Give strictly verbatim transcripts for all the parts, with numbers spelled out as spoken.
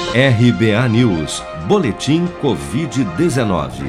R B A News, Boletim covid dezenove.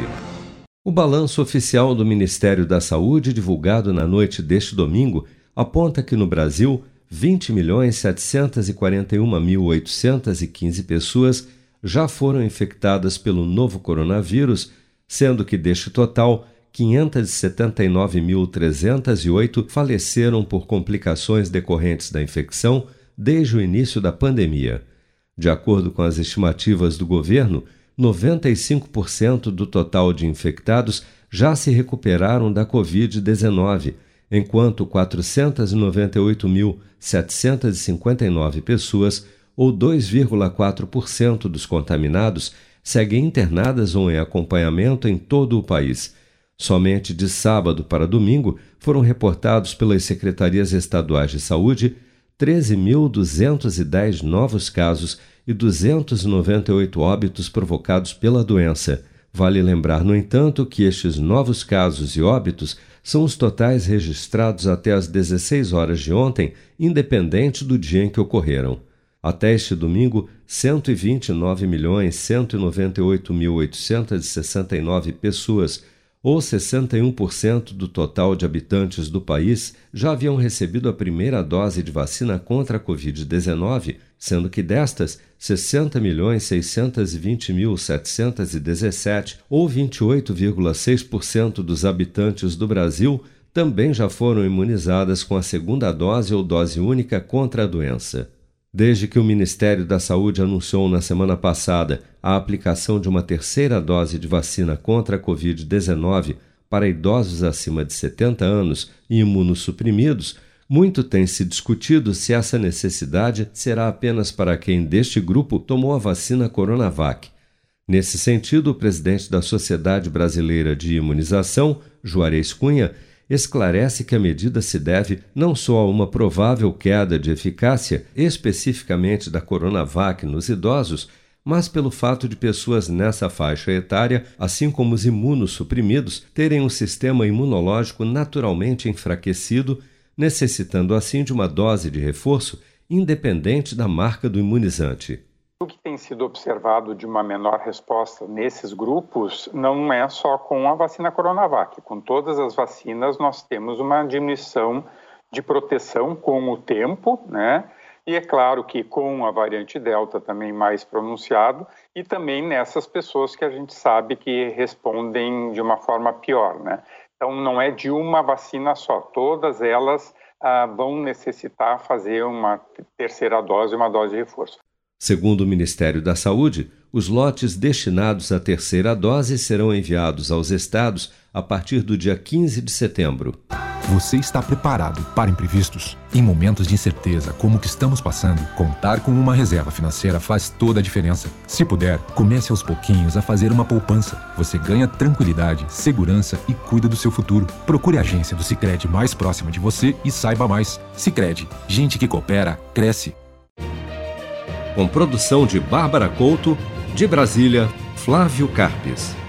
O balanço oficial do Ministério da Saúde, divulgado na noite deste domingo, aponta que no Brasil, vinte milhões setecentos e quarenta e um mil oitocentos e quinze pessoas já foram infectadas pelo novo coronavírus, sendo que deste total, quinhentos e setenta e nove mil trezentos e oito faleceram por complicações decorrentes da infecção desde o início da pandemia. De acordo com as estimativas do governo, noventa e cinco por cento do total de infectados já se recuperaram da covid dezenove, enquanto quatrocentos e noventa e oito mil setecentos e cinquenta e nove pessoas, ou dois vírgula quatro por cento dos contaminados, seguem internadas ou em acompanhamento em todo o país. Somente de sábado para domingo foram reportados pelas secretarias estaduais de saúde treze mil duzentos e dez novos casos e duzentos e noventa e oito óbitos provocados pela doença. Vale lembrar, no entanto, que estes novos casos e óbitos são os totais registrados até às dezesseis horas de ontem, independente do dia em que ocorreram. Até este domingo, cento e vinte e nove milhões cento e noventa e oito mil oitocentos e sessenta e nove pessoas, ou sessenta e um por cento do total de habitantes do país, já haviam recebido a primeira dose de vacina contra a covid dezenove, sendo que destas, sessenta milhões seiscentos e vinte mil setecentos e dezessete, ou vinte e oito vírgula seis por cento dos habitantes do Brasil, também já foram imunizadas com a segunda dose ou dose única contra a doença. Desde que o Ministério da Saúde anunciou na semana passada a aplicação de uma terceira dose de vacina contra a covid dezenove para idosos acima de setenta anos e imunossuprimidos, muito tem se discutido se essa necessidade será apenas para quem deste grupo tomou a vacina Coronavac. Nesse sentido, o presidente da Sociedade Brasileira de Imunização, Juarez Cunha, esclarece que a medida se deve não só a uma provável queda de eficácia, especificamente da Coronavac nos idosos, mas pelo fato de pessoas nessa faixa etária, assim como os imunossuprimidos, terem um sistema imunológico naturalmente enfraquecido, necessitando assim de uma dose de reforço independente da marca do imunizante. O que tem sido observado de uma menor resposta nesses grupos não é só com a vacina Coronavac. Com todas as vacinas nós temos uma diminuição de proteção com o tempo, né? E é claro que com a variante Delta também mais pronunciado e também nessas pessoas que a gente sabe que respondem de uma forma pior, né? Então não é de uma vacina só, todas elas ah, vão necessitar fazer uma terceira dose, uma dose de reforço. Segundo o Ministério da Saúde, os lotes destinados à terceira dose serão enviados aos estados a partir do dia quinze de setembro. Você está preparado para imprevistos? Em momentos de incerteza como o que estamos passando, contar com uma reserva financeira faz toda a diferença. Se puder, comece aos pouquinhos a fazer uma poupança. Você ganha tranquilidade, segurança e cuida do seu futuro. Procure a agência do Sicredi mais próxima de você e saiba mais. Sicredi, gente que coopera, cresce. Com produção de Bárbara Couto, de Brasília, Flávio Carpes.